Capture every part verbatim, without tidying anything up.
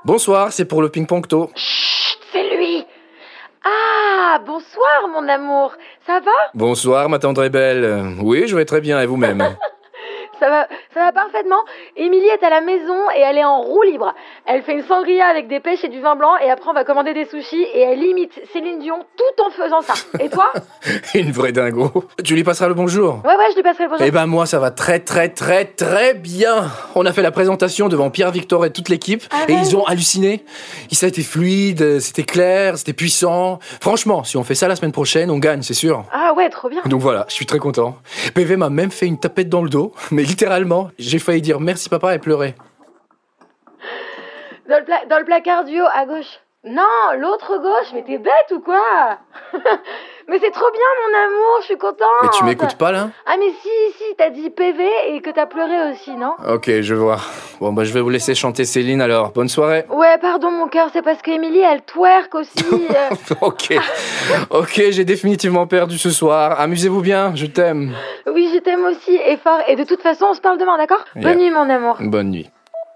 Bonsoir, c'est pour le ping-pong-to. Chut, c'est lui. Ah, bonsoir mon amour, ça va? Bonsoir ma tendre et belle. Oui, je vais très bien, et vous-même? Ça va, ça va parfaitement. Émilie est à la maison et elle est en roue libre. Elle fait une sangria avec des pêches et du vin blanc et après on va commander des sushis et elle imite Céline Dion tout en faisant ça. Et toi? Une vraie dingo. Tu lui passeras le bonjour? Ouais, ouais, je lui passerai le bonjour. Eh ben moi, ça va très très très très bien. On a fait la présentation devant Pierre Victor et toute l'équipe ah et ouais. ils ont halluciné. Ça a été fluide, c'était clair, c'était puissant. Franchement, si on fait ça la semaine prochaine, on gagne, c'est sûr. Ah ouais, trop bien. Donc voilà, je suis très content. P V m'a même fait une tapette dans le dos, mais littéralement, j'ai failli dire merci papa et pleurer. Dans le, pla- dans le placard du haut, à gauche. Non, l'autre gauche, mais t'es bête ou quoi? Mais c'est trop bien mon amour, je suis contente. Mais tu m'écoutes pas là? Ah mais si, si, t'as dit P V et que t'as pleuré aussi, non? Ok, je vois. Bon bah je vais vous laisser chanter Céline alors. Bonne soirée. Ouais, pardon mon cœur, c'est parce qu'Émilie, elle twerk aussi. euh. Ok, ok, j'ai définitivement perdu ce soir. Amusez-vous bien, je t'aime. Oui, je t'aime aussi, et fort. Et de toute façon, on se parle demain, d'accord? Yeah. Bonne nuit mon amour. Bonne nuit.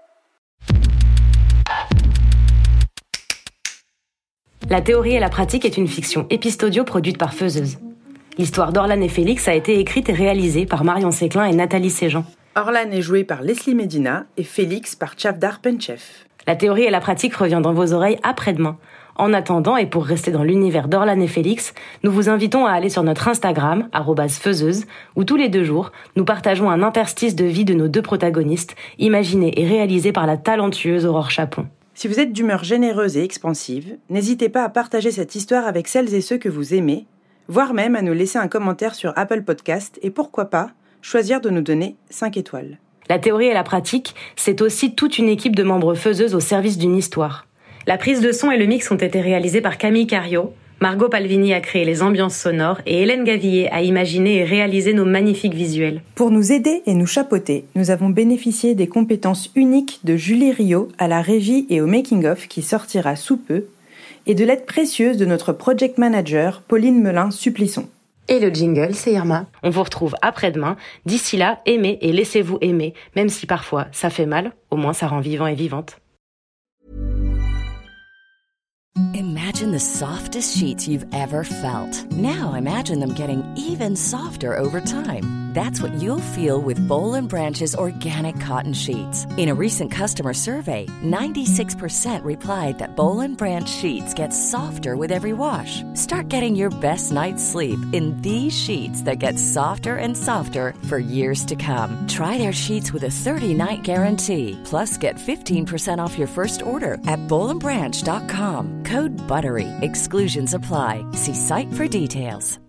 La théorie et la pratique est une fiction épistodio produite par Faiseuse. L'histoire d'Orlan et Félix a été écrite et réalisée par Marion Séclin et Nathalie Séjean. Orlan est joué par Leslie Medina et Félix par Chavdar Penchev. La théorie et la pratique revient dans vos oreilles après-demain. En attendant, et pour rester dans l'univers d'Orlan et Félix, nous vous invitons à aller sur notre Instagram, arobase faiseuse, où tous les deux jours, nous partageons un interstice de vie de nos deux protagonistes, imaginé et réalisé par la talentueuse Aurore Chapon. Si vous êtes d'humeur généreuse et expansive, n'hésitez pas à partager cette histoire avec celles et ceux que vous aimez, voire même à nous laisser un commentaire sur Apple Podcast et pourquoi pas, choisir de nous donner cinq étoiles. La théorie et la pratique, c'est aussi toute une équipe de membres faiseuses au service d'une histoire. La prise de son et le mix ont été réalisés par Camille Cario, Margot Palvini a créé les ambiances sonores et Hélène Gavillier a imaginé et réalisé nos magnifiques visuels. Pour nous aider et nous chapeauter, nous avons bénéficié des compétences uniques de Julie Rio à la régie et au making-of qui sortira sous peu, et de l'aide précieuse de notre project manager Pauline Melin-Supplisson. Et le jingle, c'est Irma. On vous retrouve après-demain. D'ici là, aimez et laissez-vous aimer, même si parfois ça fait mal, au moins ça rend vivant et vivante. Imagine the softest sheets you've ever felt. Now imagine them getting even softer over time. That's what you'll feel with Boll and Branch's organic cotton sheets. In a recent customer survey, ninety-six percent replied that Boll and Branch sheets get softer with every wash. Start getting your best night's sleep in these sheets that get softer and softer for years to come. Try their sheets with a thirty-night guarantee. Plus, get fifteen percent off your first order at boll and branch dot com. Code BUTTERY. Exclusions apply. See site for details.